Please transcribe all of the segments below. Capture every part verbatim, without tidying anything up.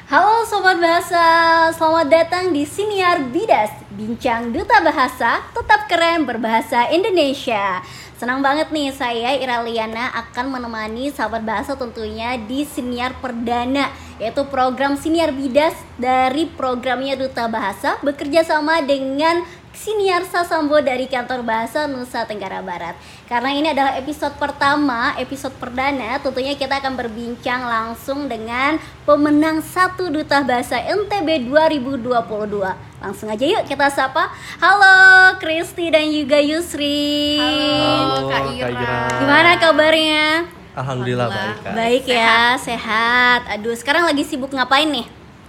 Halo Sobat Bahasa, selamat datang di Siniar Bidas, Bincang Duta Bahasa, tetap keren berbahasa Indonesia. Senang banget nih saya Ira Liana akan menemani Sahabat Bahasa tentunya di Siniar Perdana, yaitu program Siniar Bidas dari programnya Duta Bahasa bekerja sama dengan Siniar Sasambo dari Kantor Bahasa Nusa Tenggara Barat. Karena ini adalah episode pertama, episode perdana, tentunya kita akan berbincang langsung dengan pemenang satu Duta Bahasa N T B dua ribu dua puluh dua. Langsung aja yuk kita sapa. Halo Kristi dan juga Yusri. Halo Kak Ira. Kak Ira. Gimana kabarnya? Alhamdulillah baik Kak. Baik ya, sehat. Aduh, sekarang lagi sibuk ngapain nih?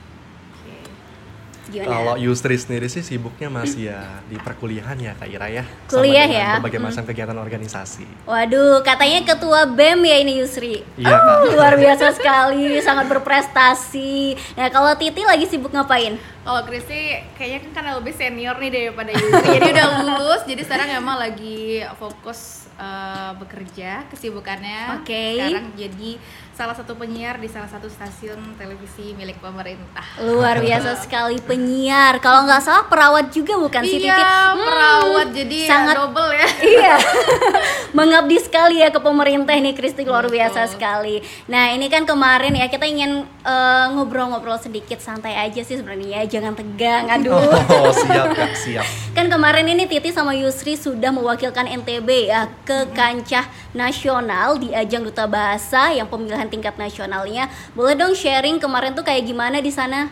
Gimana? Kalau Yusri sendiri sih sibuknya masih ya di perkuliahan ya Kak Ira ya. Kuliah sama ya? Berbagai Hmm. macam kegiatan organisasi. Waduh, katanya ketua B E M ya ini Yusri. Iya, oh, Kak. luar biasa sekali, sangat berprestasi. Nah, kalau Titi lagi sibuk ngapain? Kalau Kristi kayaknya kan karena lebih senior nih daripada Yusri. Jadi udah lulus, jadi sekarang emang lagi fokus uh, bekerja, kesibukannya. Oke. Okay. Sekarang jadi salah satu penyiar di salah satu stasiun televisi milik pemerintah. Luar biasa sekali penyiar. Kalau nggak salah perawat juga bukan sih Titi? Iya, perawat hmm, jadi sangat ya, double ya. Iya. Mengabdi sekali ya ke pemerintah nih Kristi, luar biasa Betul. sekali. Nah, ini kan kemarin ya kita ingin uh, ngobrol-ngobrol sedikit, santai aja sih sebenarnya ya, jangan tegang. Aduh. Oh, siap Kak, siap. Kan kemarin ini Titi sama Yusri sudah mewakilkan N T B ya ke kancah nasional di ajang Duta Bahasa yang pemilihan tingkat nasionalnya. Boleh dong sharing kemarin tuh kayak gimana di sana?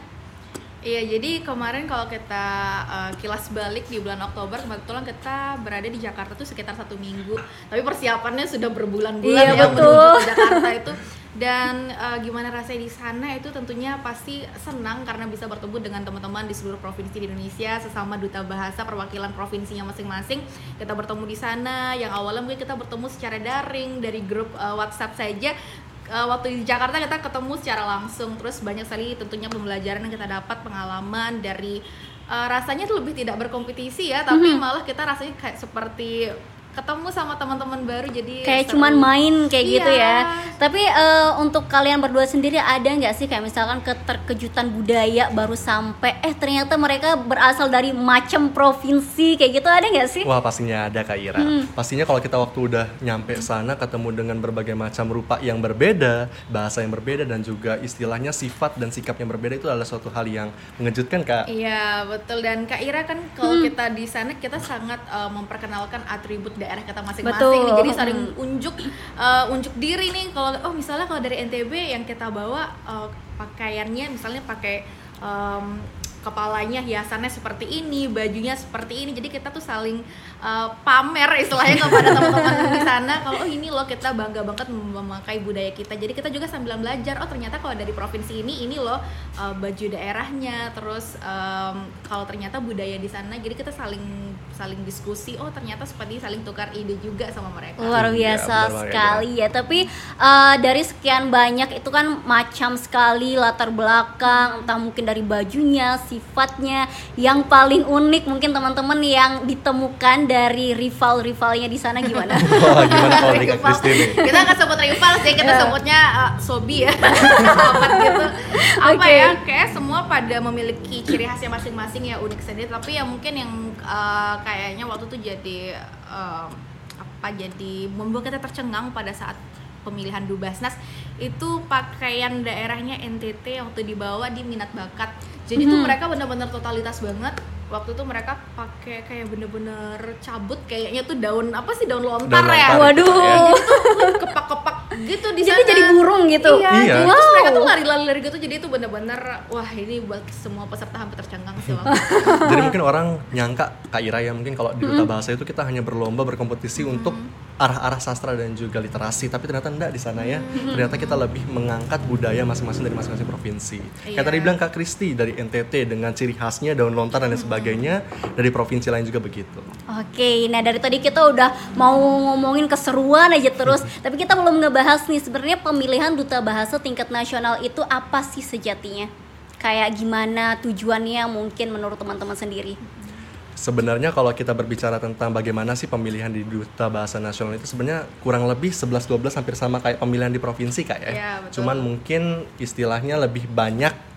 Iya, jadi kemarin kalau kita uh, kilas balik di bulan Oktober, kebetulan kita berada di Jakarta tuh sekitar satu minggu. Tapi persiapannya sudah berbulan-bulan iya, ya betul. menuju ke Jakarta itu. Dan uh, gimana rasanya di sana itu tentunya pasti senang karena bisa bertemu dengan teman-teman di seluruh provinsi di Indonesia, sesama Duta Bahasa perwakilan provinsinya masing-masing. Kita bertemu di sana, yang awalnya mungkin kita bertemu secara daring dari grup uh, WhatsApp saja. Uh, waktu di Jakarta kita ketemu secara langsung, terus banyak sekali tentunya pembelajaran yang kita dapat, pengalaman dari uh, rasanya tuh lebih tidak berkompetisi ya, tapi mm-hmm. malah kita rasanya kayak seperti ketemu sama teman-teman baru, jadi kayak seru. cuman main kayak Iya. gitu ya. Tapi uh, untuk kalian berdua sendiri ada nggak sih kayak misalkan keterkejutan budaya baru sampai eh ternyata mereka berasal dari macam provinsi kayak gitu, ada nggak sih? Wah, pastinya ada Kak Ira. Hmm. Pastinya kalau kita waktu udah nyampe sana ketemu dengan berbagai macam rupa yang berbeda, bahasa yang berbeda, dan juga istilahnya sifat dan sikap yang berbeda, itu adalah suatu hal yang mengejutkan Kak. Iya, betul. Dan Kak Ira kan kalau hmm. kita di sana kita sangat uh, memperkenalkan atribut daerah kita masing-masing nih, jadi saling unjuk uh, unjuk diri nih. Kalau oh misalnya kalau dari N T B yang kita bawa uh, pakaiannya misalnya pakai um, kepalanya hiasannya seperti ini, bajunya seperti ini, jadi kita tuh saling uh, pamer istilahnya kepada teman-teman di sana kalau oh ini loh kita bangga banget memakai budaya kita. Jadi kita juga sambil belajar, oh ternyata kalau dari provinsi ini ini loh uh, baju daerahnya, terus um, kalau ternyata budaya di sana, jadi kita saling saling diskusi, oh ternyata seperti saling tukar ide juga sama mereka. Luar biasa ya, sekali ya. Tapi uh, dari sekian banyak itu kan macam sekali latar belakang, entah mungkin dari bajunya, sifatnya, yang paling unik mungkin teman-teman yang ditemukan dari rival-rivalnya di sana gimana? Wah, gimana kalau di Kak Kristi nih? Kita nggak sebut rival sih, kita sebutnya uh, sobi ya, apa gitu. Apa Okay. ya? Kayak semua pada memiliki ciri khasnya masing-masing ya, unik sendiri. Tapi ya mungkin yang uh, kayaknya waktu itu jadi uh, apa? Jadi membuat kita tercengang pada saat pemilihan Dubasnas itu pakaian daerahnya N T T waktu dibawa di minat bakat. Jadi tuh Hmm. mereka benar-benar totalitas banget. Waktu itu mereka pakai kayak bener-bener cabut, kayaknya tuh daun apa sih, daun lontar, Daun ya. lontar. Waduh. Jadi tuh kepak-kepak gitu di Jadi sana. jadi burung gitu. Iya. Iya. Jadi terus Wow. mereka tuh lari-lari gitu, jadi itu bener-bener wah ini buat semua peserta hampir tercengang sih waktu itu. Jadi mungkin orang nyangka Kak Ira ya, mungkin kalau di Duta Bahasa itu kita hanya berlomba berkompetisi Hmm. untuk arah-arah sastra dan juga literasi, tapi ternyata enggak di sana ya. Ternyata kita lebih mengangkat budaya masing-masing dari masing-masing provinsi. Iya. Kayak tadi bilang Kak Kristi dari N T T dengan ciri khasnya daun lontar dan lain sebagainya, dari provinsi lain juga begitu. Oke, nah dari tadi kita udah mau ngomongin keseruan aja terus, tapi kita belum ngebahas nih sebenarnya pemilihan Duta Bahasa tingkat nasional itu apa sih sejatinya? Kayak gimana tujuannya mungkin menurut teman-teman sendiri? Sebenarnya kalau kita berbicara tentang bagaimana sih pemilihan di Duta Bahasa Nasional itu sebenarnya kurang lebih sebelas dua belas hampir sama kayak pemilihan di provinsi Kak ya. Iya, betul. Cuman mungkin istilahnya lebih banyak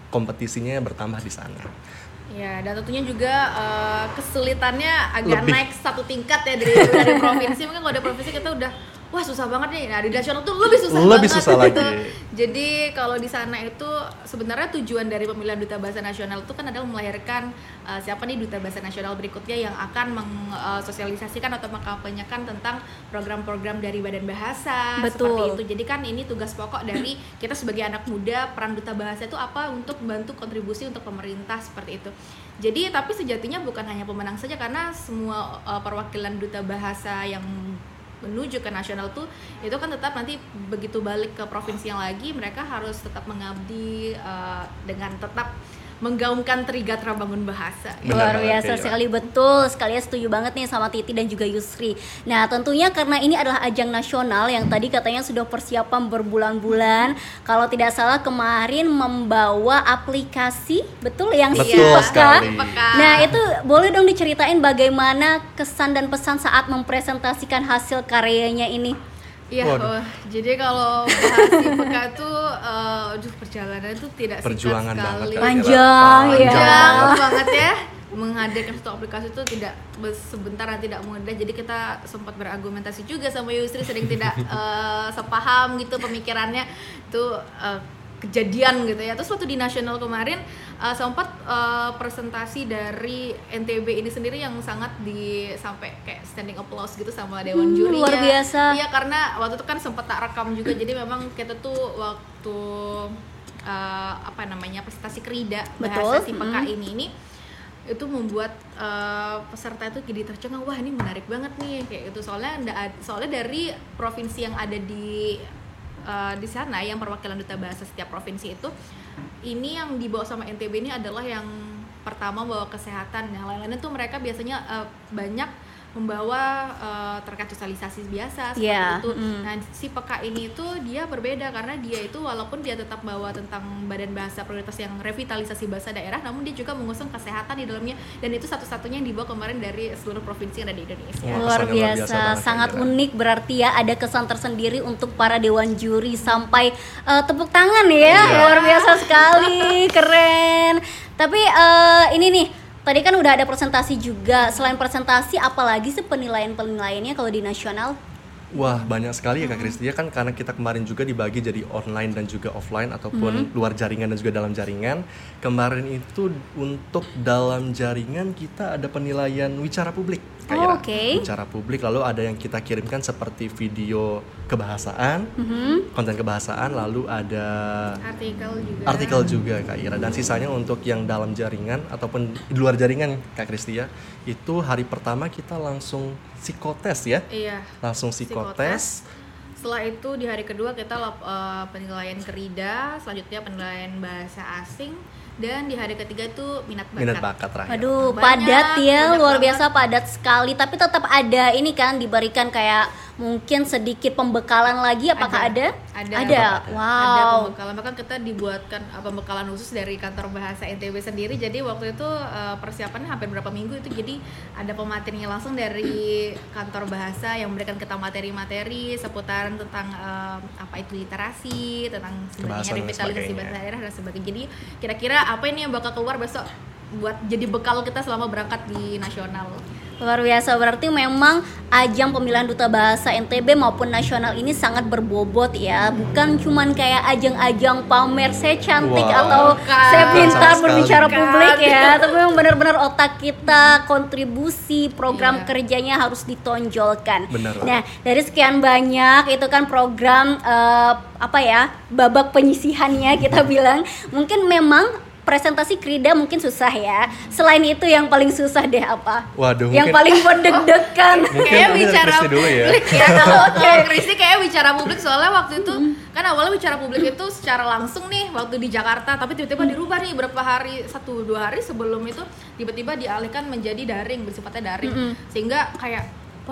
kompetisinya bertambah di sana. Ya, dan tentunya juga uh, kesulitannya agak Lebih. naik satu tingkat ya dari dari provinsi. Mungkin kalau ada provinsi kita udah wah susah banget nih. Nah, di nasional tuh lebih susah lebih banget susah gitu. lagi. Jadi kalau di sana itu sebenarnya tujuan dari pemilihan duta bahasa nasional itu kan adalah melahirkan uh, siapa nih duta bahasa nasional berikutnya yang akan mensosialisasikan atau mengkampanyekan tentang program-program dari Badan Bahasa. Betul. Seperti itu. Jadi kan ini tugas pokok dari kita sebagai anak muda, peran duta bahasa itu apa untuk membantu kontribusi untuk pemerintah seperti itu. Jadi tapi sejatinya bukan hanya pemenang saja, karena semua uh, perwakilan duta bahasa yang menuju ke nasional tuh itu kan tetap nanti begitu balik ke provinsi yang lagi mereka harus tetap mengabdi uh, dengan tetap menggaungkan Trigatra Bangun Bahasa. Luar Benar, biasa iya. sekali, betul sekali, setuju banget nih sama Titi dan juga Yusri. Nah tentunya karena ini adalah ajang nasional yang tadi katanya sudah persiapan berbulan-bulan. Kalau tidak salah kemarin membawa aplikasi, betul yang Betul Sipeka. sekali. Sipeka. Nah itu boleh dong diceritain bagaimana kesan dan pesan saat mempresentasikan hasil karyanya ini. Iya, Waduh. oh, jadi kalau bahas Sipeka itu, uh, aduh perjalanan itu tidak Perjuangan singkat banget sekali. Kak Ira. Panjang, ya. Panjang banget ya. Menghadirkan satu aplikasi itu tidak sebentar dan tidak mudah. Jadi kita sempat berargumentasi juga sama Yusri, sering tidak uh, sepaham gitu pemikirannya itu. Uh, kejadian gitu ya. Terus waktu di nasional kemarin uh, sempat uh, presentasi dari N T B ini sendiri yang sangat di sampai kayak standing applause gitu sama dewan Hmm, jurinya. luar biasa. Iya, karena waktu itu kan sempat tak rekam juga. Jadi memang kita tuh waktu uh, apa namanya presentasi Krida bahasa Betul. Sipeka Hmm. ini ini itu membuat uh, peserta itu jadi tercengang, wah ini menarik banget nih kayak gitu. Soalnya nda- soalnya dari provinsi yang ada di uh, di sana yang perwakilan duta bahasa setiap provinsi itu, ini yang dibawa sama N T B ini adalah yang pertama bawa kesehatan. Yang lain-lainnya tuh mereka biasanya uh, banyak membawa uh, terkait sosialisasi biasa seperti Yeah, itu. mm. Nah, si Peka ini tuh dia berbeda karena dia itu walaupun dia tetap bawa tentang Badan Bahasa Prioritas yang revitalisasi bahasa daerah, namun dia juga mengusung kesehatan di dalamnya, dan itu satu-satunya yang dibawa kemarin dari seluruh provinsi yang ada di Indonesia. Wah, Luar kesannya luar biasa biasa, banget, sangat Kak Ira. unik berarti ya, ada kesan tersendiri untuk para dewan juri sampai eh, tepuk tangan ya. Iya. Luar biasa sekali, keren. Tapi eh, ini nih, tadi kan udah ada presentasi juga. Selain presentasi, apalagi sih penilaian-penilaiannya kalau di nasional? Wah, banyak sekali ya Kak Kristia, kan karena kita kemarin juga dibagi jadi online dan juga offline ataupun luar jaringan dan juga dalam jaringan. Kemarin itu untuk dalam jaringan kita ada penilaian wicara publik, Kak Oh, Ira. oke. Wicara publik, lalu ada yang kita kirimkan seperti video kebahasaan, Mhm. konten kebahasaan, lalu ada Artikel juga. artikel juga Kak Ira, dan sisanya untuk yang dalam jaringan ataupun di luar jaringan Kak Kristia, itu hari pertama kita langsung psikotes ya, Iya. langsung psikotes. Setelah itu di hari kedua kita lap- eh, penilaian Krida, selanjutnya penilaian bahasa asing, dan di hari ketiga itu minat bakat. Minat bakat terakhir. Aduh, Banyak, padat ya, banyak luar banget. biasa padat sekali. Tapi tetap ada ini kan, diberikan kayak mungkin sedikit pembekalan lagi. Apakah ada? Ada. Ada. Ada. Ada Wow. pembekalan, bahkan kita dibuatkan uh, pembekalan khusus dari kantor bahasa N T B sendiri. Jadi waktu itu uh, persiapannya hampir berapa minggu itu, jadi ada pematerinya langsung dari kantor bahasa yang memberikan kita materi-materi seputaran tentang uh, apa itu literasi, tentang sebenarnya Kebahasan dan revitalisasi sebagainya. bahasa daerah dan sebagainya. Jadi kira-kira apa ini yang bakal keluar besok buat jadi bekal kita selama berangkat di nasional. Luar biasa, berarti memang ajang pemilihan duta bahasa N T B maupun nasional ini sangat berbobot ya. Bukan cuman kayak ajang-ajang pamer saya cantik Wow. atau Bukan. saya Bukan pintar sama berbicara sekali. publik ya. Tapi memang benar-benar otak kita, kontribusi, program Iya. kerjanya harus ditonjolkan. Benar. Nah, dari sekian banyak itu kan program eh, apa ya, babak penyisihannya kita bilang. Mungkin memang presentasi Krida mungkin susah ya. Selain itu yang paling susah deh apa? Waduh, Yang mungkin- paling mendeg-degan. Mungkin Kayak mungkin dari bicara Kristi dulu ya. publik ya. Kalau kalau Kristi kayak bicara publik, soalnya waktu itu kan awalnya bicara publik itu secara langsung nih waktu di Jakarta, tapi tiba-tiba dirubah nih berapa hari, satu dua hari sebelum itu tiba-tiba dialihkan menjadi daring, bersifatnya daring, sehingga kayak wah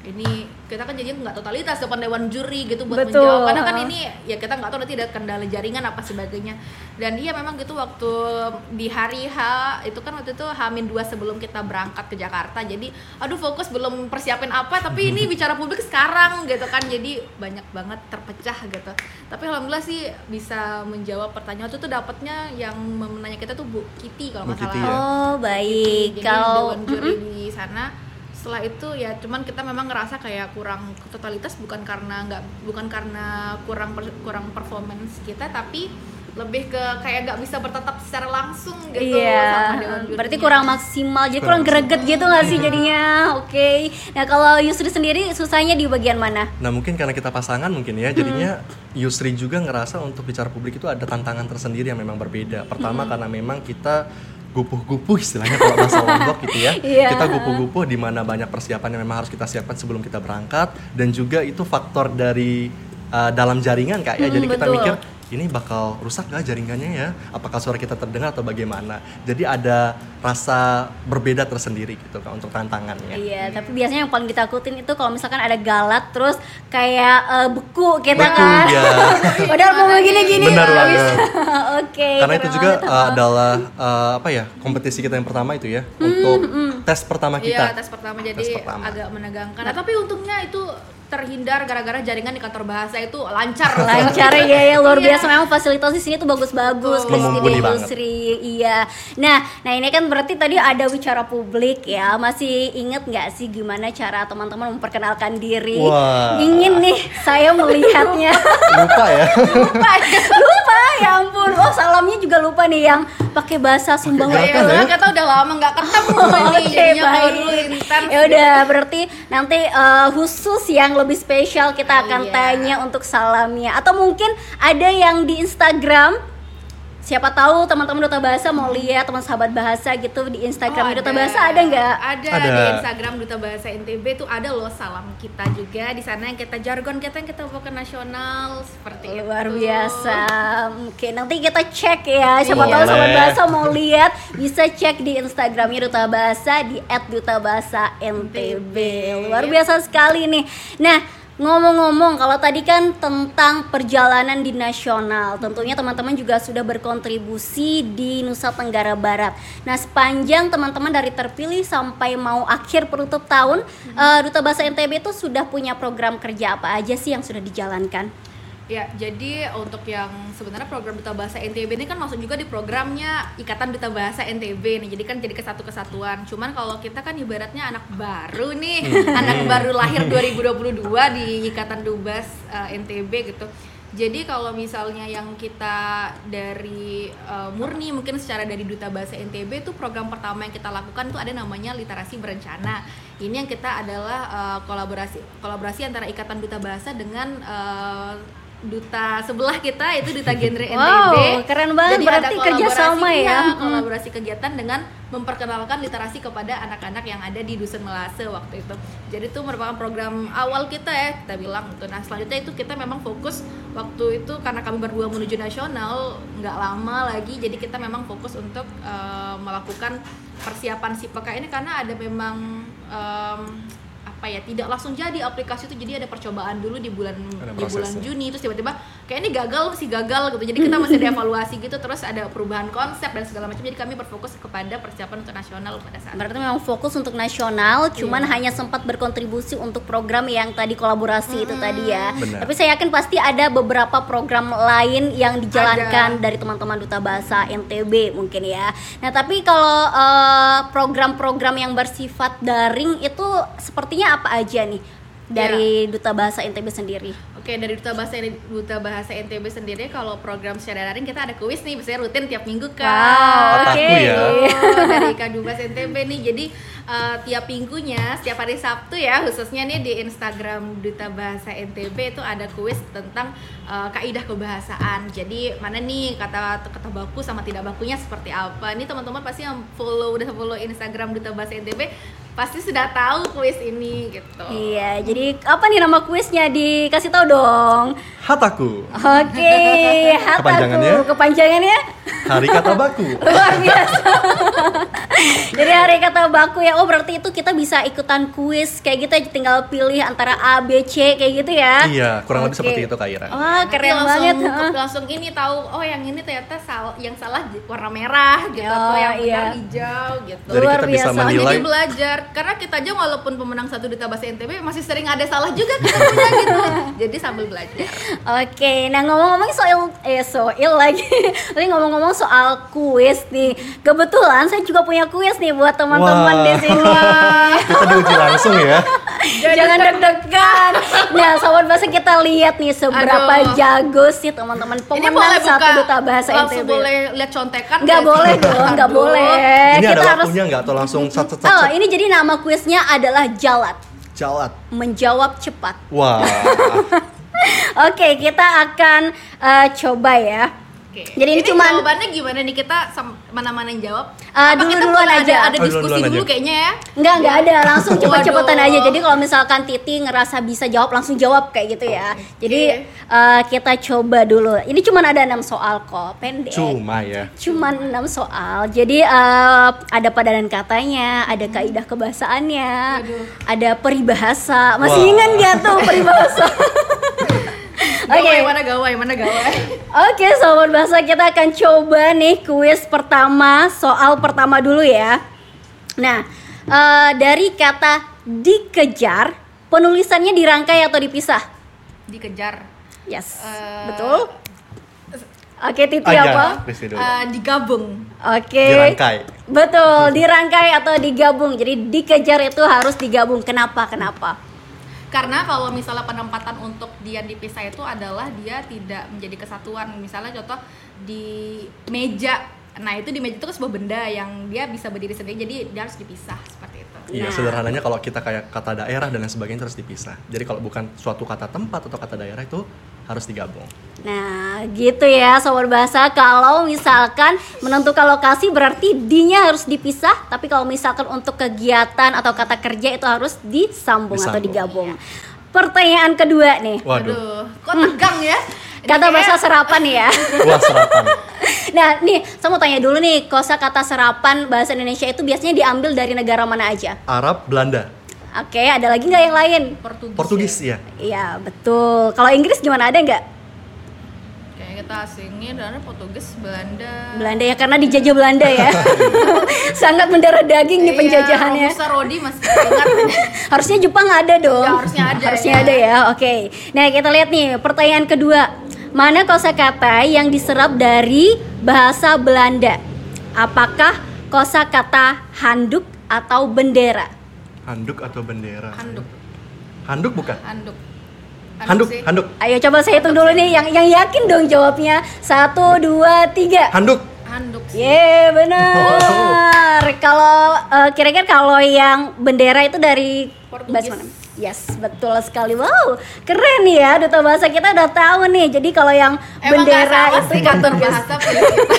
ini kita kan jadinya nggak totalitas depan dewan juri gitu buat Betul. menjawab, karena kan ini ya kita nggak tahu nanti ada kendala jaringan apa sebagainya. Dan iya memang gitu, waktu di hari H itu kan waktu itu H minus dua sebelum kita berangkat ke Jakarta, jadi aduh fokus belum persiapin apa, tapi ini bicara publik sekarang gitu kan, jadi banyak banget terpecah gitu. Tapi alhamdulillah sih bisa menjawab pertanyaan. Waktu itu dapatnya yang menanya kita tuh Bu Kitty kalau nggak Bu salah. Kitty, ya. Oh baik. Jadi Kalau dewan juri di sana. Setelah itu ya cuman kita memang ngerasa kayak kurang totalitas, bukan karena nggak bukan karena kurang per, kurang performance kita, tapi lebih ke kayak nggak bisa bertatap secara langsung gitu iya, sama dewan jurinya. berarti kurang maksimal, jadi kurang, Kurang greget gitu nggak sih jadinya? Oke. Okay. Nah kalau Yusri sendiri susahnya di bagian mana? Nah mungkin karena kita pasangan mungkin ya, jadinya Yusri juga ngerasa untuk bicara publik itu ada tantangan tersendiri yang memang berbeda. Pertama karena memang kita gupuh-gupuh istilahnya kalau bahasa Lombok gitu ya. Yeah. Kita gupuh-gupuh di mana banyak persiapan yang memang harus kita siapkan sebelum kita berangkat, dan juga itu faktor dari uh, dalam jaringan Kak ya. Hmm, Jadi kita betul. mikir ini bakal rusak gak jaringannya ya? Apakah suara kita terdengar atau bagaimana? Jadi ada rasa berbeda tersendiri gitu Kak untuk tantangannya. Iya, tapi biasanya yang paling ditakutin itu kalau misalkan ada galat terus kayak uh, beku kita Beku, kan. ya. Padahal mau gini-gini Benar nggak banget. bisa. Oke. Karena itu keren juga banget. uh, adalah uh, apa ya, kompetisi kita yang pertama itu ya, untuk tes pertama kita. Iya, tes pertama, jadi Tes pertama. agak menegangkan. Nah, tapi untungnya itu terhindar gara-gara jaringan di kantor bahasa itu lancar. Lancar ya, ya luar Iya. biasa, memang fasilitas di sini tuh bagus-bagus. Betul. Memumpuni Christine banget. Yusri, iya. Nah, nah ini kan berarti tadi ada bicara publik ya. Masih inget nggak sih gimana cara teman-teman memperkenalkan diri? Wah. Ingin nih saya melihatnya. Lupa ya. Lupa ya. Lupa ya ampun. Oh salamnya juga lupa nih yang pakai bahasa Sumbawa. Ya, karena kita udah lama nggak ketemu nih, Oke, jadinya kalau baik. dulu intens. Ya udah, berarti nanti uh, khusus yang lebih spesial kita akan Iya. tanya untuk salamnya. Atau mungkin ada yang di Instagram. Siapa tahu teman-teman Duta Bahasa mau lihat teman sahabat bahasa gitu di Instagram Oh, Duta ada. Bahasa ada nggak? Ada, Ada. di Instagram Duta Bahasa N T B tuh ada loh salam kita juga di sana, yang kita jargon kita yang kita bawa ke nasional seperti Luar itu. biasa. Oke, nanti kita cek ya. Siapa Boleh. tahu sahabat bahasa mau lihat, bisa cek di Instagramnya Duta Bahasa di et duta bahasa N T B. Luar biasa sekali nih. Nah, ngomong-ngomong, kalau tadi kan tentang perjalanan di nasional, tentunya teman-teman juga sudah berkontribusi di Nusa Tenggara Barat. Nah, sepanjang teman-teman dari terpilih sampai mau akhir penutup tahun, eh, Duta Bahasa N T B itu sudah punya program kerja apa aja sih yang sudah dijalankan? Ya, jadi untuk yang sebenarnya program Duta Bahasa N T B ini kan masuk juga di programnya Ikatan Duta Bahasa N T B nih. Jadi kan jadi kesatu kesatuan. Cuman kalau kita kan ibaratnya anak baru nih, anak baru lahir dua ribu dua puluh dua di Ikatan Dubas uh, N T B gitu. Jadi kalau misalnya yang kita dari uh, murni mungkin secara dari Duta Bahasa N T B itu program pertama yang kita lakukan tuh ada namanya literasi berencana. Ini yang kita adalah uh, kolaborasi kolaborasi antara Ikatan Duta Bahasa dengan uh, duta sebelah kita, itu duta genre N T B. Wow, keren banget. Jadi Berarti ada kerja kolaborasi, sama ya. iya, Mm. kolaborasi kegiatan dengan memperkenalkan literasi kepada anak-anak yang ada di Dusun Melase waktu itu. Jadi itu merupakan program awal kita ya, kita bilang gitu. Nah selanjutnya itu kita memang fokus waktu itu karena kami berdua menuju nasional nggak lama lagi, jadi kita memang fokus untuk uh, melakukan persiapan S I P K ini karena ada memang um, apa ya, tidak langsung jadi aplikasi itu, jadi ada percobaan dulu di bulan Ada di bulan prosesnya. Juni, terus tiba-tiba kayak ini gagal masih gagal gitu, jadi kita masih ada evaluasi gitu, terus ada perubahan konsep dan segala macam, jadi kami berfokus kepada persiapan untuk nasional pada saat Berarti memang fokus untuk nasional, cuman hanya sempat berkontribusi untuk program yang tadi kolaborasi itu tadi ya. Benar. Tapi saya yakin pasti ada beberapa program lain yang dijalankan dari teman-teman Duta Bahasa N T B mungkin ya. Nah tapi kalau eh, program-program yang bersifat daring itu sepertinya apa aja nih dari Duta Bahasa N T B sendiri? Oke, dari Duta Bahasa Duta Bahasa N T B sendiri kalau program secara daring kita ada kuis nih, biasanya rutin tiap minggu kan. Wow, Otaku oke. ya. Oh, dari Kadubas N T B nih. Jadi uh, tiap minggunya, setiap hari Sabtu ya, khususnya nih di Instagram Duta Bahasa N T B itu ada kuis tentang uh, kaidah kebahasaan. Jadi mana nih kata kata baku sama tidak bakunya seperti apa. Ini teman-teman pasti yang follow udah follow Instagram Duta Bahasa N T B pasti sudah tahu kuis ini gitu. Iya, jadi apa nih nama kuisnya? Dikasih tahu dong. Hataku. Oke, Hataku. Kepanjangannya? Kepanjangannya? Hari kata baku. Luar biasa. Jadi hari kata baku ya. Oh, berarti itu kita bisa ikutan kuis kayak gitu aja, tinggal pilih antara A, B, C kayak gitu ya. Iya, kurang lebih Oke. seperti itu Kak Ira. Wah, Nanti keren langsung, banget. ke- langsung ini tahu, oh yang ini ternyata sal- yang salah warna merah gitu, Oh, atau yang iya. benar hijau gitu. Jadi Luar kita bisa biasa. menilai. Jadi belajar, karena kita aja walaupun pemenang satu Duta Bahasa N T B masih sering ada salah juga ketemunya gitu. Jadi sambil belajar. Oke, nah ngomong-ngomong soal eh soal lagi. Tapi ngomong-ngomong soal kuis nih. Kebetulan saya juga punya kuis nih buat teman-teman Wah. di sini. Kita diuji langsung ya. Jangan deg-degan. Nah, sobat bahasa kita lihat nih seberapa Aduh. jago sih teman-teman Ini pemenang boleh satu buka, Duta Bahasa N T langsung B. boleh lihat contekan Nggak nggak boleh sih? dong, nggak Aduh. boleh. Ini Kita ada harus. waktunya nggak atau langsung sat sat Oh, sat ini jadi nama kuisnya adalah Jalat. jalat. Menjawab cepat. Wah. Oke, kita akan eh, coba ya. Oke. Jadi ini Ini cuman- jawabannya gimana nih, kita sam- mana-mana yang jawab? Ah, Apa kita dulu-duluan boleh aja. ada, ada Oh, diskusi dulu-duluan dulu aja. kayaknya ya? Enggak, enggak ada, langsung cepet-cepetan Waduh. aja. Jadi kalau misalkan Titi ngerasa bisa jawab, langsung jawab kayak gitu ya. Jadi eh, kita coba dulu. Ini cuma ada enam soal kok, pendek. Cuma ya. Cuman enam soal. Jadi eh, ada padanan katanya, ada kaidah kebahasaannya, Waduh. ada peribahasa. Masih Wah. ingat nggak tuh peribahasa? Oke. Gawai, mana gawai, mana gawai. Oke, sobat bahasa, kita akan coba nih kuis pertama, soal pertama dulu ya. Nah, eh, dari kata dikejar, penulisannya dirangkai atau dipisah? Dikejar. Yes, Eh, betul. Oke, Titi Ah, iya. apa? Kristi dulu. Eh, digabung. Oke. Dirangkai. Betul, dirangkai atau digabung. Jadi dikejar itu harus digabung. Kenapa? Kenapa? Karena kalau misalnya penempatan untuk dia dipisah itu adalah dia tidak menjadi kesatuan. Misalnya contoh di meja. Nah, itu di meja itu kan sebuah benda yang dia bisa berdiri sendiri, jadi dia harus dipisah seperti itu. Iya, Nah. sederhananya kalau kita kayak kata daerah dan lain sebagainya harus dipisah. Jadi kalau bukan suatu kata tempat atau kata daerah itu harus digabung. Nah, gitu ya sobat bahasa. Kalau misalkan menentukan lokasi berarti D-nya harus dipisah, tapi kalau misalkan untuk kegiatan atau kata kerja itu harus disambung, atau Disambung. digabung. Pertanyaan kedua nih. Waduh. Aduh, kok tegang ya? Ini Kata kayak- bahasa serapan ya. Wah, serapan. Nah, nih saya mau tanya dulu nih, kosakata serapan bahasa Indonesia itu biasanya diambil dari negara mana aja? Arab, Belanda, Oke, ada lagi nggak yang lain? Portugis. Portugis ya? ya. Iya, betul. Kalau Inggris gimana, ada nggak? Kayak kita asingnya dari Portugis, Belanda. Belanda ya, karena dijajah Belanda ya. Sangat mendarah daging nih penjajahannya. Iya, Robusta Rodi masih ingat. Harusnya Jepang ada dong. Ya, harusnya ada, Harusnya ya. ada ya. Oke. Nah, kita lihat nih pertanyaan kedua. Mana kosakata yang diserap dari bahasa Belanda? Apakah kosakata handuk atau bendera? Handuk atau bendera? Handuk, Handuk bukan? handuk. Handuk, sih. handuk. Ayo coba saya hitung dulu nih, yang yang yakin dong jawabnya. Satu, dua, tiga. Handuk. Handuk sih. Ye, benar. Kalau eh, kira-kira kalau yang bendera itu dari Portugis. bahasa mana? Yes, betul sekali. Wow, keren nih ya, duta bahasa kita udah tahu nih. Jadi kalau yang Emang bendera nggak salah itu sih kantor Portugis. bahasa pilih kita.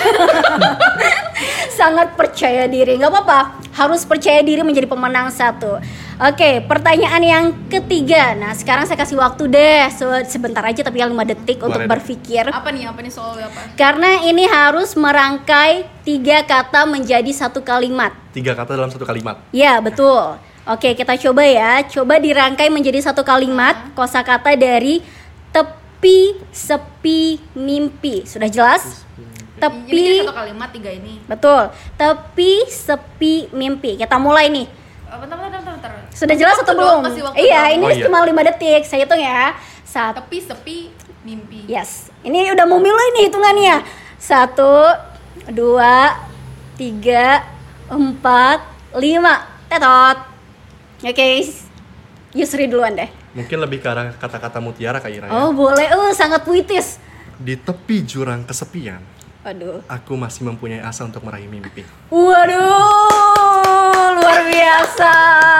Sangat percaya diri, nggak apa-apa. Harus percaya diri menjadi pemenang satu. Oke, pertanyaan yang ketiga. Nah, sekarang saya kasih waktu deh, se- sebentar aja tapi yang lima detik Boleh untuk deh. berpikir. Apa nih? Apa nih soal apa? Karena ini harus merangkai tiga kata menjadi satu kalimat. Tiga kata dalam satu kalimat. Ya, betul. Oke, kita coba ya. Coba dirangkai menjadi satu kalimat kosakata dari tepi, sepi, mimpi. Sudah jelas? Jadi Tepi, satu kalimat tiga ini. betul. Tepi, sepi, mimpi. Kita mulai nih. Oh, bentar, bentar, bentar, bentar. Sudah jelas Waktu atau doang, belum? kasih waktu Iya, doang. ini Oh, iya. cuma lima detik. Saya hitung ya. Satu. Tepi, sepi, mimpi. Yes. Ini udah mau mulai nih hitungannya. Satu, dua, tiga, empat, lima. Tetot. Oke. Yusri duluan deh. Mungkin lebih ke arah kata-kata mutiara Kak Ira ya. Oh, boleh. Oh, sangat puitis. Di tepi jurang kesepian, Waduh. aku masih mempunyai asa untuk meraih mimpi. Waduh, luar biasa.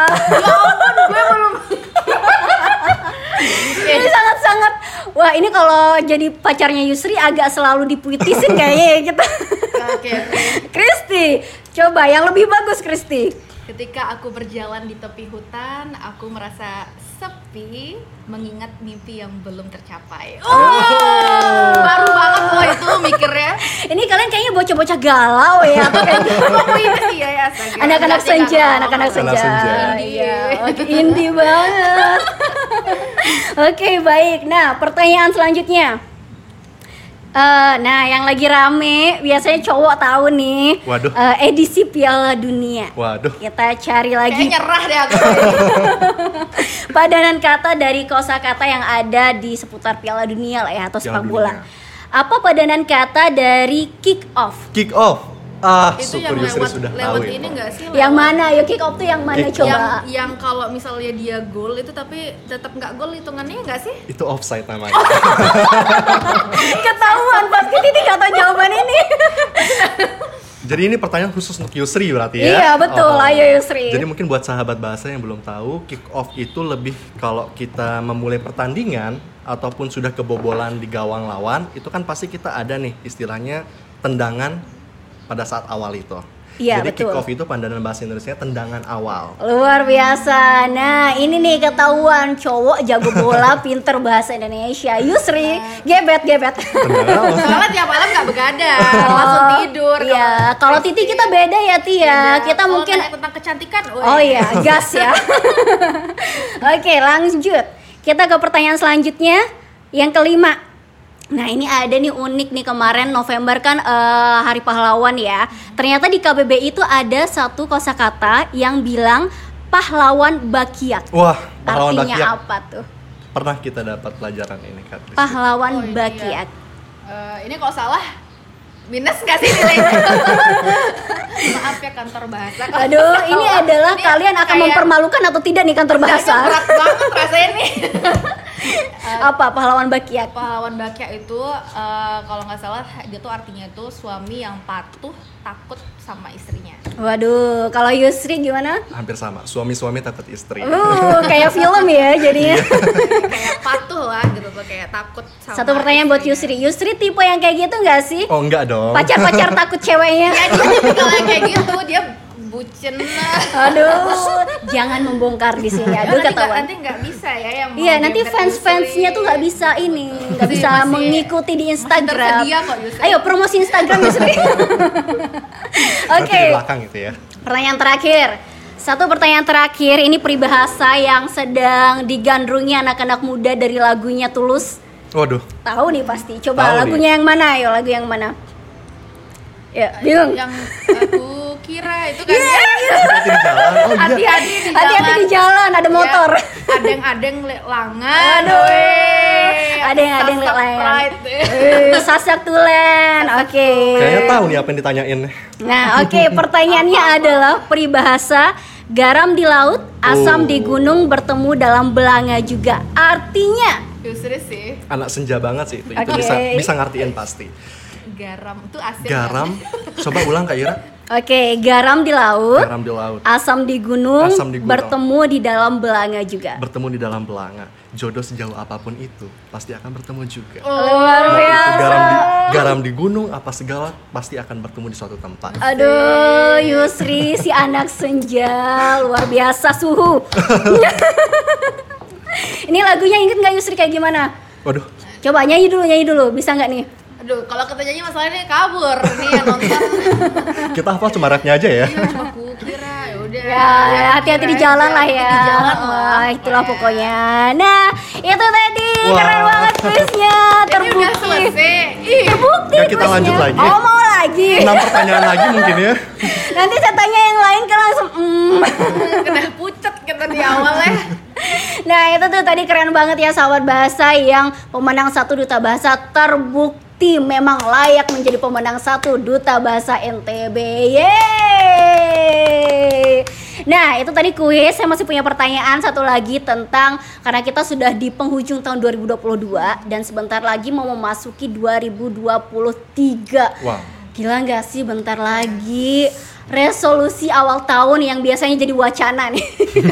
Ini sangat-sangat. Wah, ini kalau jadi pacarnya Yusri agak selalu dipuitisin kayaknya ya kita. Oke, oke. Kristi, coba yang lebih bagus Kristi. Ketika aku berjalan di tepi hutan, aku merasa sepi, mengingat mimpi yang belum tercapai. Oh, baru banget loh itu mikirnya. Ini kalian kayaknya bocah-bocah galau ya. Oh ini sih ya, ya astaga. Anak-anak senja, anak-anak senja. Anak senja. Iya, oke, indie banget. Oke, baik. Nah, pertanyaan selanjutnya. Uh, nah, yang lagi rame biasanya cowok tahu nih. Waduh. Uh, edisi Piala Dunia. Waduh. Kita cari lagi. Kayak nyerah deh aku. Padanan kata dari kosakata yang ada di seputar Piala Dunia lah ya, atau sepak bola. Dunia. Apa padanan kata dari kick off? Kick off. Ah, Itu syukur yang Yusri lewat, sudah lewat tahu ini itu. nggak sih? Yang Lewat- mana? Yo, kick off tuh yang mana Kick coba? Yang, yang kalau misalnya dia gol itu tapi tetap nggak gol hitungannya nggak sih? Itu offside namanya. Ketahuan pasti Titi nggak tahu jawaban ini. Jadi ini pertanyaan khusus untuk Yusri berarti ya? Iya, betul. Ayo, Yusri. Jadi mungkin buat sahabat bahasa yang belum tahu, kick off itu lebih kalau kita memulai pertandingan ataupun sudah kebobolan di gawang lawan, itu kan pasti kita ada nih istilahnya tendangan pada saat awal itu. Iya, Jadi betul. kick off itu padanan bahasa Indonesia tendangan awal. Luar biasa. Nah, ini nih ketahuan cowok jago bola, pinter bahasa Indonesia. Yusri, gebet gebet. Tendangan awal. Soalnya tiap malam nggak begadang, langsung tidur. Iya, kalau Titi kita beda ya Tia. Kita Kalau mungkin tanya tentang kecantikan. woy. oh iya, gas ya. Oke, lanjut. Kita ke pertanyaan selanjutnya. Yang kelima. Nah, ini ada nih unik nih, kemarin November kan eh, Hari Pahlawan ya. Ternyata di K B B I itu ada satu kosakata yang bilang pahlawan bakiak. Wah, pahlawan Artinya bakiak. apa tuh? Pernah kita dapat pelajaran ini, Kak Rizky. Pahlawan Oh, iya. bakiak. Eh, ini kalau salah minus nggak sih nilainya? Maaf ya kantor bahasa. Kalau Aduh, salah. ini adalah Ini kalian akan kayak- mempermalukan atau tidak nih kantor Kayaknya bahasa? berat banget rasanya nih. Apa pahlawan bakiak? Pahlawan Bakya itu eh, kalau nggak salah dia tuh artinya itu suami yang patuh, takut sama istrinya. Waduh, kalau Yusri gimana? Hampir sama, suami-suami takut istri. Uh, kayak film ya jadinya. Kayak patuh lah gitu tuh, kayak takut sama Satu pertanyaan buat istrinya. Yusri. Yusri tipe yang kayak gitu nggak sih? Oh enggak dong. Pacar-pacar takut ceweknya. Ya dia tipikal yang kayak gitu, dia bucin lah. Aduh, jangan membongkar di sini. Aduh, nanti nggak ketahuan. nanti nggak bisa ya yang mau Iya, nanti gebet fans-fansnya Yusri. tuh nggak bisa ini, nggak Masih- bisa masih- mengikuti di masih Instagram. tersedia kok, Yusri. Ayo promosi Instagram Yusri. Nanti Oke, di belakang itu ya. pertanyaan terakhir. Satu pertanyaan terakhir, ini peribahasa yang sedang digandrungi anak-anak muda dari lagunya Tulus. Waduh, Tahu nih pasti. Coba Tahu lagunya yang mana? Ayo, lagu yang mana? Ya, bingung. Yang aku kira itu kan Iya, hati di jalan. Oh iya. hati-hati di jalan. Hati-hati di jalan, ada motor. Ya, adeng-adeng lek langan. Aduh, weh. adeng-adeng lek Sasak langan. pride. Eh, Sasak tulen. Oke. Kayaknya tahu nih apa yang ditanyain. Nah, oke, pertanyaannya adalah peribahasa garam di laut, asam Oh. di gunung bertemu dalam belanga juga. Artinya Yusri sih Anak senja banget sih itu. Itu Oke. bisa bisa ngertiin pasti. garam itu asin. Garam. Coba ulang Kak Ira. oke, garam di laut, Garam di laut. asam di gunung, Asam di gunung. bertemu di dalam belanga juga. Bertemu di dalam belanga. Jodoh sejauh apapun itu pasti akan bertemu juga. Luar Mau itu biasa. garam di garam di gunung apa segala pasti akan bertemu di suatu tempat. Aduh, Yusri si anak senja luar biasa suhu. Ini lagunya inget nggak Yusri kayak gimana? Waduh, Coba nyanyi dulu, nyanyi dulu, bisa nggak nih? Aduh, kalau kita nyanyi masalahnya kabur nih yang nonton. kita hafal cuma rapnya aja ya. Aku kira ya udah. Ya, hati-hati di jalan lah ya. Di jalan lah. Wah, itulah pokoknya. Nah, itu tadi Wah. keren banget quiznya, Ini udah terbukti. selesai. Ih, Terbukti Nggak, kita quiznya. lanjut lagi. Oh, mau lagi. Enam pertanyaan lagi mungkin ya. Nanti saya tanya yang lain kan langsung mm. kena pucat kita di awal ya. Nah, itu tuh tadi keren banget ya sahabat bahasa yang pemenang satu duta bahasa terbukti memang layak menjadi pemenang satu duta bahasa N T B. Yeay. Nah, itu tadi kuis. Saya masih punya pertanyaan satu lagi tentang, karena kita sudah di penghujung tahun dua ribu dua puluh dua dan sebentar lagi mau memasuki dua ribu dua puluh tiga. Wow. Gila nggak sih, bentar lagi resolusi awal tahun yang biasanya jadi wacana nih.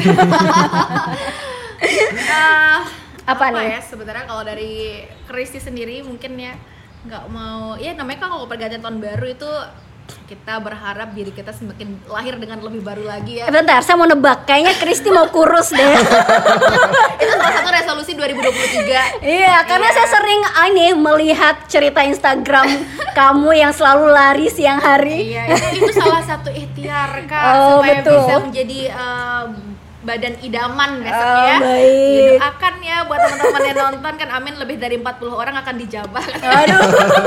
Ah, Apa nih? ya sebenarnya kalau dari Kristi sendiri mungkin ya nggak mau, ya namanya kan kalau pergantian tahun baru itu kita berharap diri kita semakin lahir dengan lebih baru lagi ya. Eh, bentar, saya mau nebak, kayaknya Kristi mau kurus deh. Itu salah satu resolusi dua ribu dua puluh tiga. Iya, karena Iya. saya sering ini melihat cerita Instagram kamu yang selalu lari siang hari. Iya, itu, itu salah satu ikhtiar Kak, Oh, supaya betul. bisa menjadi uh, badan idaman besok Oh, ya. baik. Didoakan ya buat teman-teman yang nonton kan, amin, lebih dari empat puluh orang akan dijabah. Aduh,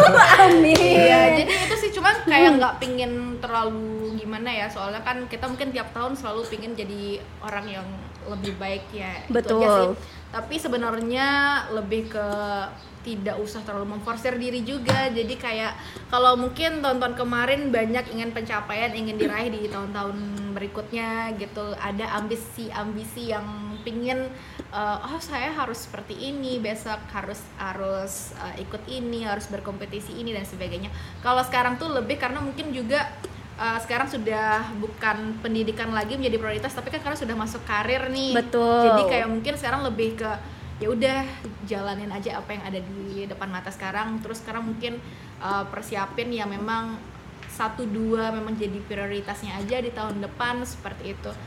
amin. Iya, jadi itu sih cuma kayak nggak pingin terlalu gimana ya, soalnya kan kita mungkin tiap tahun selalu pingin jadi orang yang lebih baik ya. Itu Betul. aja sih. Tapi sebenarnya lebih ke tidak usah terlalu memforsir diri juga. Jadi kayak kalau mungkin tahun-tahun kemarin banyak ingin pencapaian, ingin diraih di tahun-tahun berikutnya gitu. Ada ambisi-ambisi yang pingin uh, oh saya harus seperti ini, besok harus harus uh, ikut ini, harus berkompetisi ini dan sebagainya. Kalau sekarang tuh lebih karena mungkin juga uh, sekarang sudah bukan pendidikan lagi menjadi prioritas, tapi kan karena sudah masuk karir nih. Betul. Jadi kayak mungkin sekarang lebih ke ya udah jalanin aja apa yang ada di depan mata sekarang, terus sekarang mungkin uh, persiapin ya memang satu dua memang jadi prioritasnya aja di tahun depan seperti itu.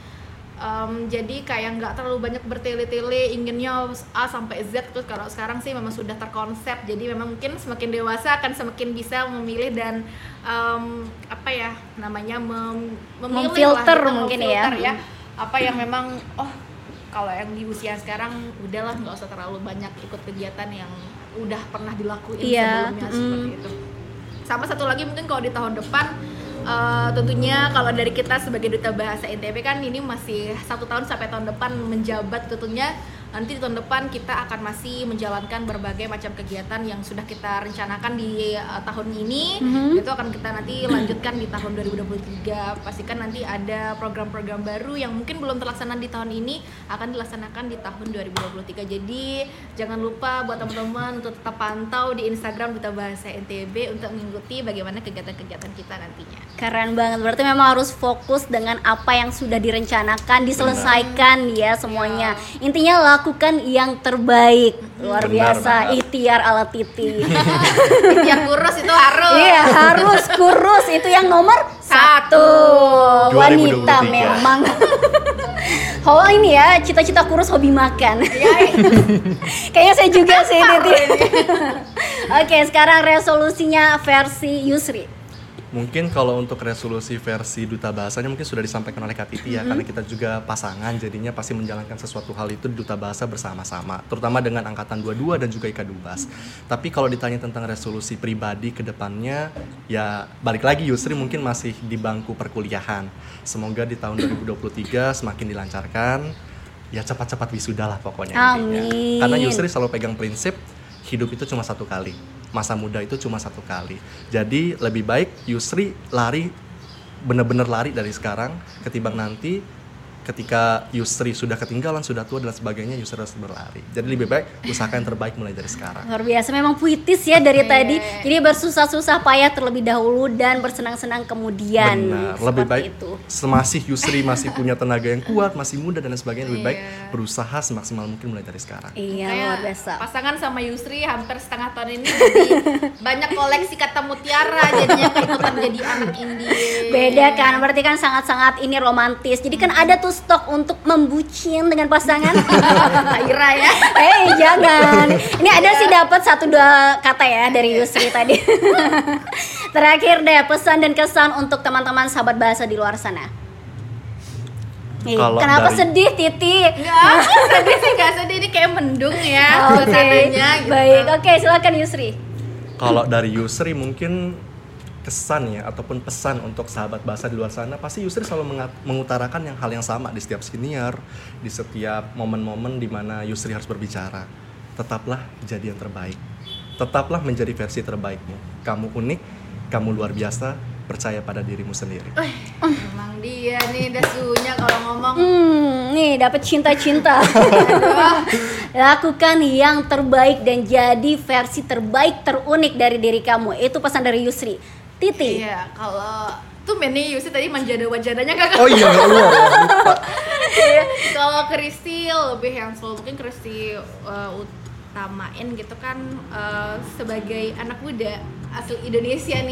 Um, jadi kayak nggak terlalu banyak bertele-tele inginnya A sampai Z, terus kalau sekarang sih memang sudah terkonsep, jadi memang mungkin semakin dewasa akan semakin bisa memilih dan um, apa ya namanya mem- memilih Memfilter lah, gitu, mungkin memfilter ya. ya apa yang memang oh kalau yang di usia sekarang udahlah nggak usah terlalu banyak ikut kegiatan yang udah pernah dilakuin Iya, sebelumnya mm. seperti itu. Sama satu lagi mungkin kalau di tahun depan uh, tentunya kalau dari kita sebagai Duta Bahasa N T B kan ini masih satu tahun sampai tahun depan menjabat, tentunya nanti di tahun depan kita akan masih menjalankan berbagai macam kegiatan yang sudah kita rencanakan di uh, tahun ini. Mhm. Itu akan kita nanti lanjutkan di tahun dua ribu dua puluh tiga. Pastikan nanti ada program-program baru yang mungkin belum terlaksana di tahun ini akan dilaksanakan di tahun dua ribu dua puluh tiga. Jadi jangan lupa buat teman-teman untuk tetap pantau di Instagram Duta Bahasa N T B untuk mengikuti bagaimana kegiatan-kegiatan kita nantinya. Keren banget, berarti memang harus fokus dengan apa yang sudah direncanakan, diselesaikan ya semuanya. Intinya lakukan yang terbaik. Luar Benar biasa, banget. ikhtiar ala Titi. Yang kurus itu harus. Iya, harus kurus, itu yang nomor satu. dua ribu dua puluh Wanita tiga. memang. Oh ini ya, cita-cita kurus hobi makan. Iya. Kayaknya saya juga sih Titi. Oke, sekarang resolusinya versi Yusri. Mungkin kalau untuk resolusi versi Duta Bahasanya mungkin sudah disampaikan oleh Kak Titi ya, Mm-hmm. karena kita juga pasangan, jadinya pasti menjalankan sesuatu hal itu di Duta Bahasa bersama-sama, terutama dengan Angkatan dua puluh dua dan juga I K Dubas. Tapi kalau ditanya tentang resolusi pribadi ke depannya, ya balik lagi Yusri mungkin masih di bangku perkuliahan. Semoga di tahun dua ribu dua puluh tiga semakin dilancarkan, ya cepat-cepat wisuda lah pokoknya intinya. Amin. Karena Yusri selalu pegang prinsip, hidup itu cuma satu kali, masa muda itu cuma satu kali. Jadi lebih baik Yusri lari, bener-bener lari dari sekarang, ketimbang nanti ketika Yusri sudah ketinggalan, sudah tua dan sebagainya, Yusri harus berlari. Jadi lebih baik usahakan yang terbaik mulai dari sekarang. Luar biasa, memang puitis ya dari Iya. tadi. Jadi bersusah-susah payah terlebih dahulu dan bersenang-senang kemudian. Benar, lebih Seperti baik itu. semasih Yusri masih punya tenaga yang kuat, masih muda dan lain sebagainya, lebih baik Iya. berusaha semaksimal mungkin mulai dari sekarang. Iya, Kayak luar biasa. pasangan sama Yusri hampir setengah tahun ini jadi banyak koleksi kata mutiara, jadinya keikutan jadi anak indie. Beda kan, berarti kan sangat-sangat ini romantis. Jadi kan ada tuh stok untuk membucin dengan pasangan. Ira ya. Eh jangan. Ini ada sih dapat satu dua kata ya dari Yusri tadi. Terakhir deh, pesan dan kesan untuk teman-teman sahabat bahasa di luar sana. Nih, Kalau kenapa dari- sedih Titi? Enggak, sedih sih enggak sedih, ini kayak mendung ya Oke, suasananya gitu. baik. Oke, silakan Yusri. Kalau dari Yusri mungkin kesan ya ataupun pesan untuk sahabat bahasa di luar sana, pasti Yusri selalu mengat- mengutarakan yang hal yang sama di setiap senior, di setiap momen-momen di mana Yusri harus berbicara. Tetaplah jadi yang terbaik. Tetaplah menjadi versi terbaikmu. Kamu unik, kamu luar biasa, percaya pada dirimu sendiri. Emang dia nih dasunya kalau ngomong. Hmm, nih dapat cinta-cinta. Lakukan yang terbaik dan jadi versi terbaik terunik dari diri kamu. Itu pesan dari Yusri. Titi. Iya, kalau tuh Meni Yusri tadi manjada wajadanya kakak. Oh iya, nggak luar ya, lupa. Iya, kalau Kristi lebih yang selalu mungkin Kristi uh, utamain gitu kan uh, sebagai anak muda asli Indonesia nih,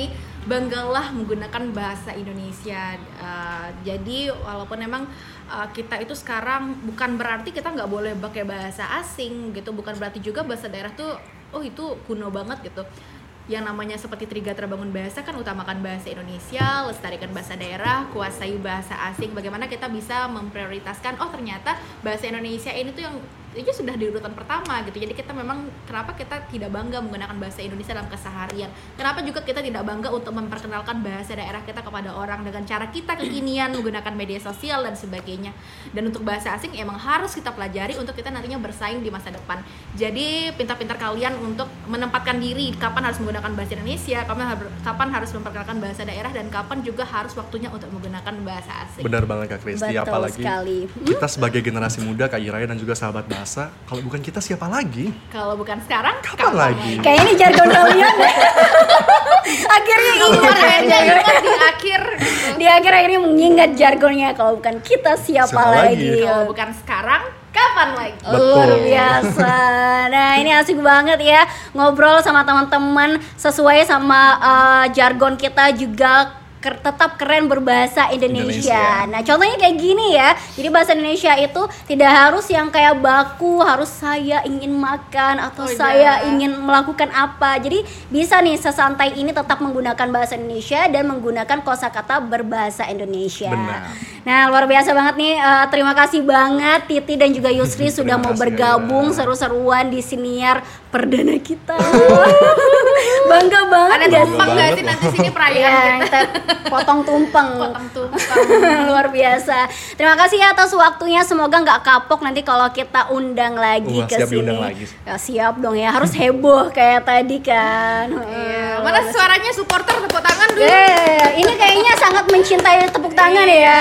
banggalah menggunakan bahasa Indonesia. Uh, jadi walaupun memang uh, kita itu sekarang bukan berarti kita nggak boleh pakai bahasa asing gitu, bukan berarti juga bahasa daerah tuh oh itu kuno banget gitu. Yang namanya seperti Trigatra Bangun Bahasa kan utamakan bahasa Indonesia, lestarikan bahasa daerah, kuasai bahasa asing. Bagaimana kita bisa memprioritaskan oh ternyata bahasa Indonesia ini tuh yang itu sudah di urutan pertama gitu. Jadi kita memang kenapa kita tidak bangga menggunakan bahasa Indonesia dalam keseharian? Kenapa juga kita tidak bangga untuk memperkenalkan bahasa daerah kita kepada orang dengan cara kita kekinian menggunakan media sosial dan sebagainya. Dan untuk bahasa asing emang harus kita pelajari untuk kita nantinya bersaing di masa depan. Jadi pintar-pintar kalian untuk menempatkan diri kapan harus menggunakan bahasa Indonesia, kapan kapan harus memperkenalkan bahasa daerah, dan kapan juga harus waktunya untuk menggunakan bahasa asing. Benar banget Kak Kristi, apalagi sekali. Kita sebagai generasi muda Kak Iraya dan juga sahabat bahasa, kalau bukan kita siapa lagi? Kalau bukan sekarang, kapan, kapan lagi? Kayak ini jargon kalian deh. Akhirnya ingat ya jargon di akhir. Gitu. Di akhir ini mengingat jargonnya, kalau bukan kita siapa, siapa lagi? lagi? Kalau bukan sekarang, kapan lagi? Betul. Luar biasa. Nah ini asik banget ya ngobrol sama teman-teman sesuai sama uh, jargon kita juga. Tetap keren berbahasa Indonesia. Indonesia. Nah contohnya kayak gini ya. Jadi bahasa Indonesia itu tidak harus yang kayak baku, harus saya ingin makan atau oh, saya yeah. ingin melakukan apa. Jadi bisa nih sesantai ini tetap menggunakan bahasa Indonesia dan menggunakan kosakata berbahasa Indonesia. Benar. Nah luar biasa banget nih. Uh, terima kasih banget Titi dan juga Yusri sudah mau bergabung ya. Seru-seruan di siniar perdana kita. Bangga banget. Ada tumpeng gak sih nanti sini perayaan ya, kita? Potong tumpeng. Potong tumpeng. Luar biasa. Terima kasih ya atas waktunya. Semoga nggak kapok nanti kalau kita undang lagi uh, ke siap sini. Diundang lagi. Ya, siap dong ya. Harus heboh kayak tadi kan. Iya. Mana suaranya supporter tepuk tangan dulu. Eh, ini kayaknya sangat mencintai tepuk tangan ya.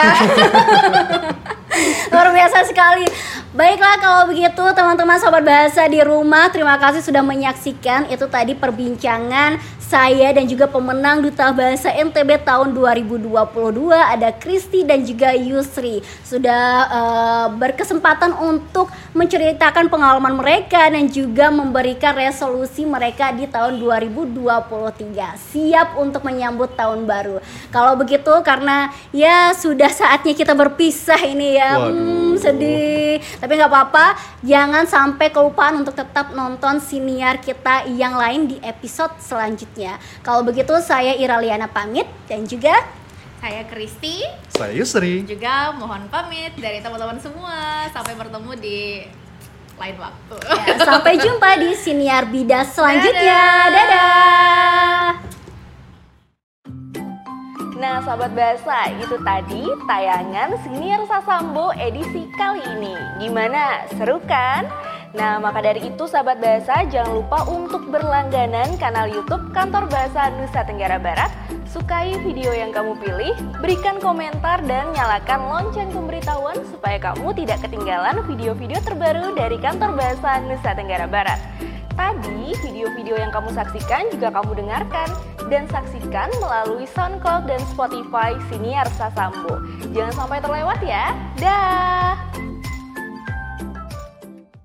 Luar biasa sekali. Baiklah kalau begitu teman-teman sobat bahasa di rumah, terima kasih sudah menyaksikan. Itu tadi perbincangan saya dan juga pemenang Duta Bahasa N T B tahun dua ribu dua puluh dua, ada Kristi dan juga Yusri. Sudah uh, berkesempatan untuk menceritakan pengalaman mereka dan juga memberikan resolusi mereka di tahun dua ribu dua puluh tiga. Siap untuk menyambut tahun baru. Kalau begitu karena ya sudah saatnya kita berpisah ini ya. Hmm, sedih. Tapi nggak apa-apa, jangan sampai kelupaan untuk tetap nonton siniar kita yang lain di episode selanjutnya. Kalau begitu saya Iraliana pamit dan juga saya Kristi, saya Yusri, juga mohon pamit dari teman-teman semua. Sampai bertemu di lain waktu. Ya, sampai jumpa di siniar bidas selanjutnya. Dadah. Dadah. Nah sahabat bahasa, itu tadi tayangan Siniar Sasambo edisi kali ini. Gimana? Seru kan? Nah maka dari itu sahabat bahasa jangan lupa untuk berlangganan kanal YouTube Kantor Bahasa Nusa Tenggara Barat. Sukai video yang kamu pilih, berikan komentar dan nyalakan lonceng pemberitahuan supaya kamu tidak ketinggalan video-video terbaru dari Kantor Bahasa Nusa Tenggara Barat. Tadi video-video yang kamu saksikan juga kamu dengarkan dan saksikan melalui SoundCloud dan Spotify Siniar Sasambo. Jangan sampai terlewat ya. Dah.